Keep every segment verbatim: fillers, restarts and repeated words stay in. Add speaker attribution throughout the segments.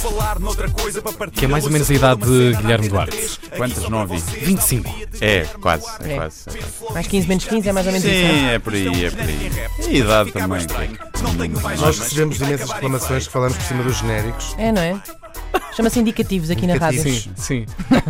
Speaker 1: Que é mais ou menos a idade de Guilherme Duarte.
Speaker 2: Quantas não ouvi?
Speaker 1: vinte e cinco.
Speaker 2: É, quase, é,
Speaker 3: É.
Speaker 2: quase. É quase.
Speaker 3: Mais quinze menos quinze é mais ou menos
Speaker 2: Sim,
Speaker 3: isso. não é?
Speaker 2: é por aí, é por aí. E a idade também. que
Speaker 4: Nós recebemos imensas reclamações que falamos por cima dos genéricos.
Speaker 3: É, não é? Chama-se indicativos aqui na rádio.
Speaker 4: Indicativos.
Speaker 1: Sim, sim.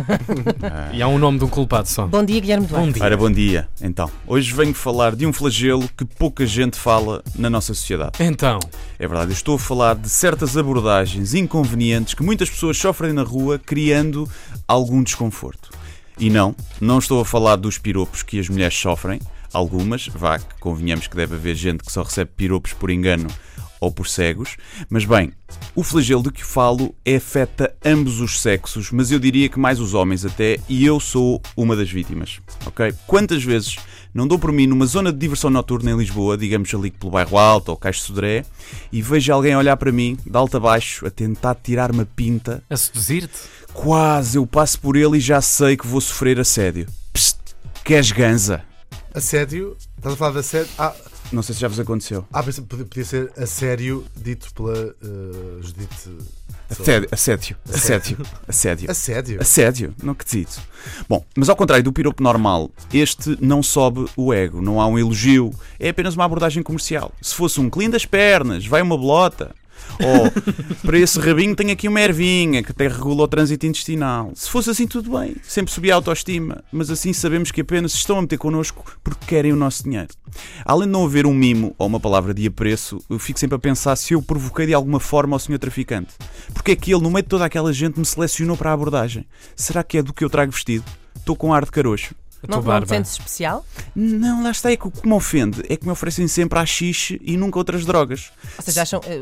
Speaker 1: E há um nome de um culpado só.
Speaker 3: Bom dia, Guilherme Duarte.
Speaker 1: Bom dia.
Speaker 2: Ora, bom dia. Então, hoje venho falar de um flagelo que pouca gente fala na nossa sociedade.
Speaker 1: Então,
Speaker 2: É verdade, eu estou a falar de certas abordagens inconvenientes que muitas pessoas sofrem na rua, criando algum desconforto. E não, não estou a falar dos piropos que as mulheres sofrem, algumas, vá, que convenhamos que deve haver gente que só recebe piropos por engano ou por cegos, mas bem, o flagelo de que falo afeta ambos os sexos, mas eu diria que mais os homens até, e eu sou uma das vítimas, ok? Quantas vezes não dou por mim numa zona de diversão noturna em Lisboa, digamos ali pelo Bairro Alto ou Caixo de Sodré, e vejo alguém olhar para mim, de alto a baixo, a tentar tirar-me a pinta.
Speaker 1: a seduzir-te?
Speaker 2: Quase, eu passo por ele e já sei que vou sofrer assédio. Psst, queres ganza?
Speaker 4: Assédio? Estás a falar de assédio? Ah,
Speaker 2: Não sei se já vos aconteceu.
Speaker 4: ah pensei que podia, podia ser assédio dito pela uh, Judite.
Speaker 2: Assédio, assédio, assédio, assédio.
Speaker 4: Assédio?
Speaker 2: Assédio, não acredito. Bom, mas ao contrário do piropo normal, este não sobe o ego, não há um elogio, é apenas uma abordagem comercial. Se fosse um clean das pernas, vai uma bolota. Ou, para esse rabinho tenho aqui uma ervinha que até regula o trânsito intestinal. Se fosse assim tudo bem, sempre subia a autoestima, mas assim sabemos que apenas estão a meter connosco porque querem o nosso dinheiro. Além de não haver um mimo ou uma palavra de apreço, eu fico sempre a pensar se eu provoquei de alguma forma ao senhor traficante. Porque é que ele, no meio de toda aquela gente, me selecionou para a abordagem? Será que é do que eu trago vestido? Estou com ar de caroxo.
Speaker 1: A
Speaker 3: Não,
Speaker 1: tua
Speaker 3: não te
Speaker 1: barba.
Speaker 3: sentes especial?
Speaker 2: Não, lá está, é que o que me ofende é que me oferecem sempre haxixe e nunca outras drogas.
Speaker 3: Ou seja, acham eh,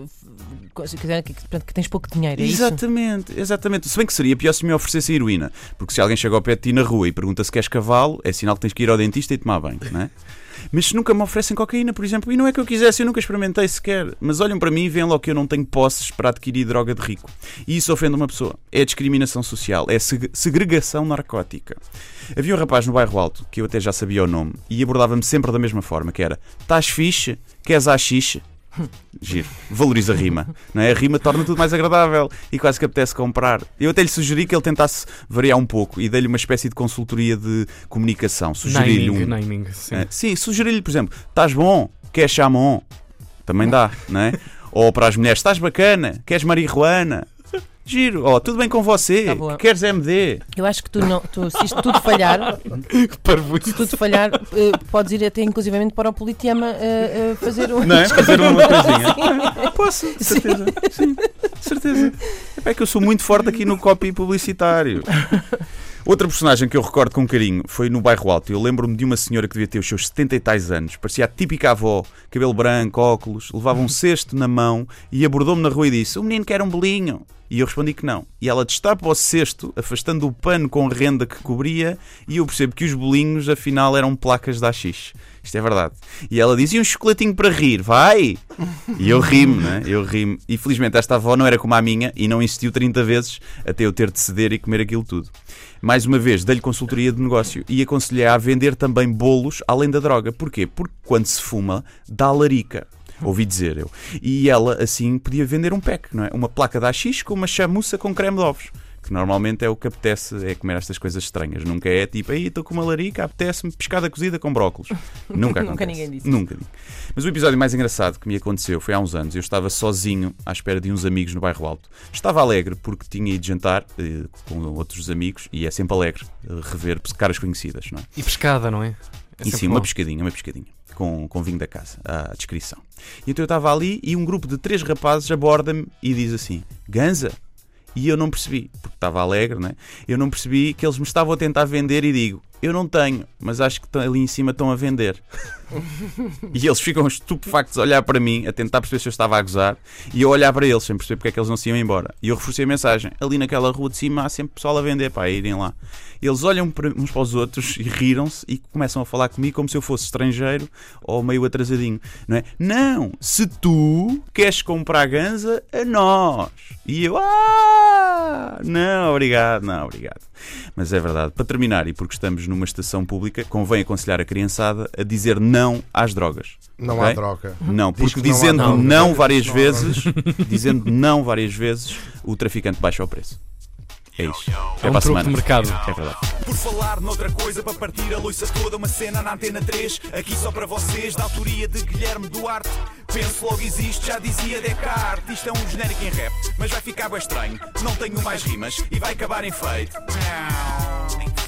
Speaker 3: f- que, que, portanto, que tens pouco dinheiro, é isso?
Speaker 2: Exatamente, exatamente. Se bem que seria pior se me oferecessem heroína. Porque se alguém chega ao pé de ti na rua e pergunta se queres cavalo, é sinal que tens que ir ao dentista e tomar banho, não é? Mas se nunca me oferecem cocaína, por exemplo, e não é que eu quisesse, eu nunca experimentei sequer, mas olham para mim e veem logo que eu não tenho posses para adquirir droga de rico. E isso ofende uma pessoa. É discriminação social, é seg- segregação narcótica. Havia um rapaz no Bairro Alto, que eu até já sabia o nome, e abordava-me sempre da mesma forma, que era: estás fixe? Queres haxixe? Giro, valoriza a rima, não é? A rima torna tudo mais agradável e quase que apetece comprar. Eu até lhe sugeri que ele tentasse variar um pouco e dei-lhe uma espécie de consultoria de comunicação. Sugeri-lhe
Speaker 1: Naming,
Speaker 2: um.
Speaker 1: naming, sim.
Speaker 2: É, sim, sugeri-lhe, por exemplo: estás bom? Queres chamon? Também dá, não é? Ou para as mulheres: estás bacana? Queres marihuana? Giro, oh, tudo bem com você?
Speaker 3: Tá boa.
Speaker 2: Queres M D?
Speaker 3: Eu acho que tu, não, tu se isto tudo falhar, se tudo falhar, eh, podes ir até inclusivamente para o Politeama eh, eh, fazer um.
Speaker 2: Não é? Fazer uma coisinha. Posso, certeza. Sim, certeza. É que eu sou muito forte aqui no copy publicitário. Outra personagem que eu recordo com carinho foi no Bairro Alto. Eu lembro-me de uma senhora que devia ter os seus setenta e tais anos. Parecia a típica avó, cabelo branco, óculos, levava um cesto na mão e abordou-me na rua e disse: o menino quer um bolinho. E eu respondi que não. E ela destapa o cesto, afastando o pano com renda que cobria, e eu percebo que os bolinhos, afinal, eram placas de haxixe. Isto é verdade. E ela diz: e um chocolatinho para rir, vai! E eu rimo, né? Eu rimo. E felizmente esta avó não era como a minha e não insistiu trinta vezes até eu ter de ceder e comer aquilo tudo. Mais uma vez, dei-lhe consultoria de negócio e aconselhei a vender também bolos além da droga. Porquê? Porque quando se fuma, dá larica. Ouvi dizer eu. E ela, assim, podia vender um pack, não é? Uma placa de haxixe com uma chamuça com creme de ovos. Que normalmente é o que apetece, é comer estas coisas estranhas. Nunca é tipo: aí estou com uma larica, apetece-me pescada cozida com brócolis. Nunca acontece.
Speaker 3: Nunca ninguém disse.
Speaker 2: Nunca digo. Mas o episódio mais engraçado que me aconteceu foi há uns anos. Eu estava sozinho à espera de uns amigos no Bairro Alto. Estava alegre porque tinha ido jantar eh, com outros amigos e é sempre alegre eh, rever caras conhecidas, não é?
Speaker 1: E pescada, não é? É
Speaker 2: E
Speaker 1: sempre
Speaker 2: sim,
Speaker 1: bom.
Speaker 2: uma pescadinha, uma pescadinha. Com, com vinho da casa, à descrição. E então eu estava ali e um grupo de três rapazes aborda-me e diz assim: ganza? E eu não percebi, porque estava alegre, né? Eu não percebi que eles me estavam a tentar vender e digo: eu não tenho, mas acho que ali em cima estão a vender. E eles ficam estupefactos a olhar para mim, a tentar perceber se eu estava a gozar, e eu a olhar para eles sem perceber porque é que eles não se iam embora. E eu reforcei a mensagem: ali naquela rua de cima há sempre pessoal a vender, pá, irem lá. Eles olham para uns para os outros e riram-se e começam a falar comigo como se eu fosse estrangeiro ou meio atrasadinho, não é? Não, se tu queres comprar ganza, a nós. E eu: ah, não, obrigado, não, obrigado. Mas é verdade. Para terminar, e porque estamos numa estação pública, convém aconselhar a criançada a dizer não não às drogas.
Speaker 4: Não
Speaker 2: okay?
Speaker 4: há droga.
Speaker 2: Não,
Speaker 4: Diz
Speaker 2: porque
Speaker 4: que não há
Speaker 2: dizendo
Speaker 4: droga.
Speaker 2: não,
Speaker 4: Diz
Speaker 2: várias
Speaker 4: que não há
Speaker 2: vezes, dizendo não várias vezes, o traficante baixa o preço. É isso.
Speaker 1: É um truque de mercado.
Speaker 2: É verdade.
Speaker 5: Por falar noutra coisa, para partir a loiça toda, uma cena na Antena três, aqui só para vocês, da autoria de Guilherme Duarte. Penso logo existe, já dizia Descartes. Isto é um genérico em rap, mas vai ficar bem estranho. Não tenho mais rimas e vai acabar em feito.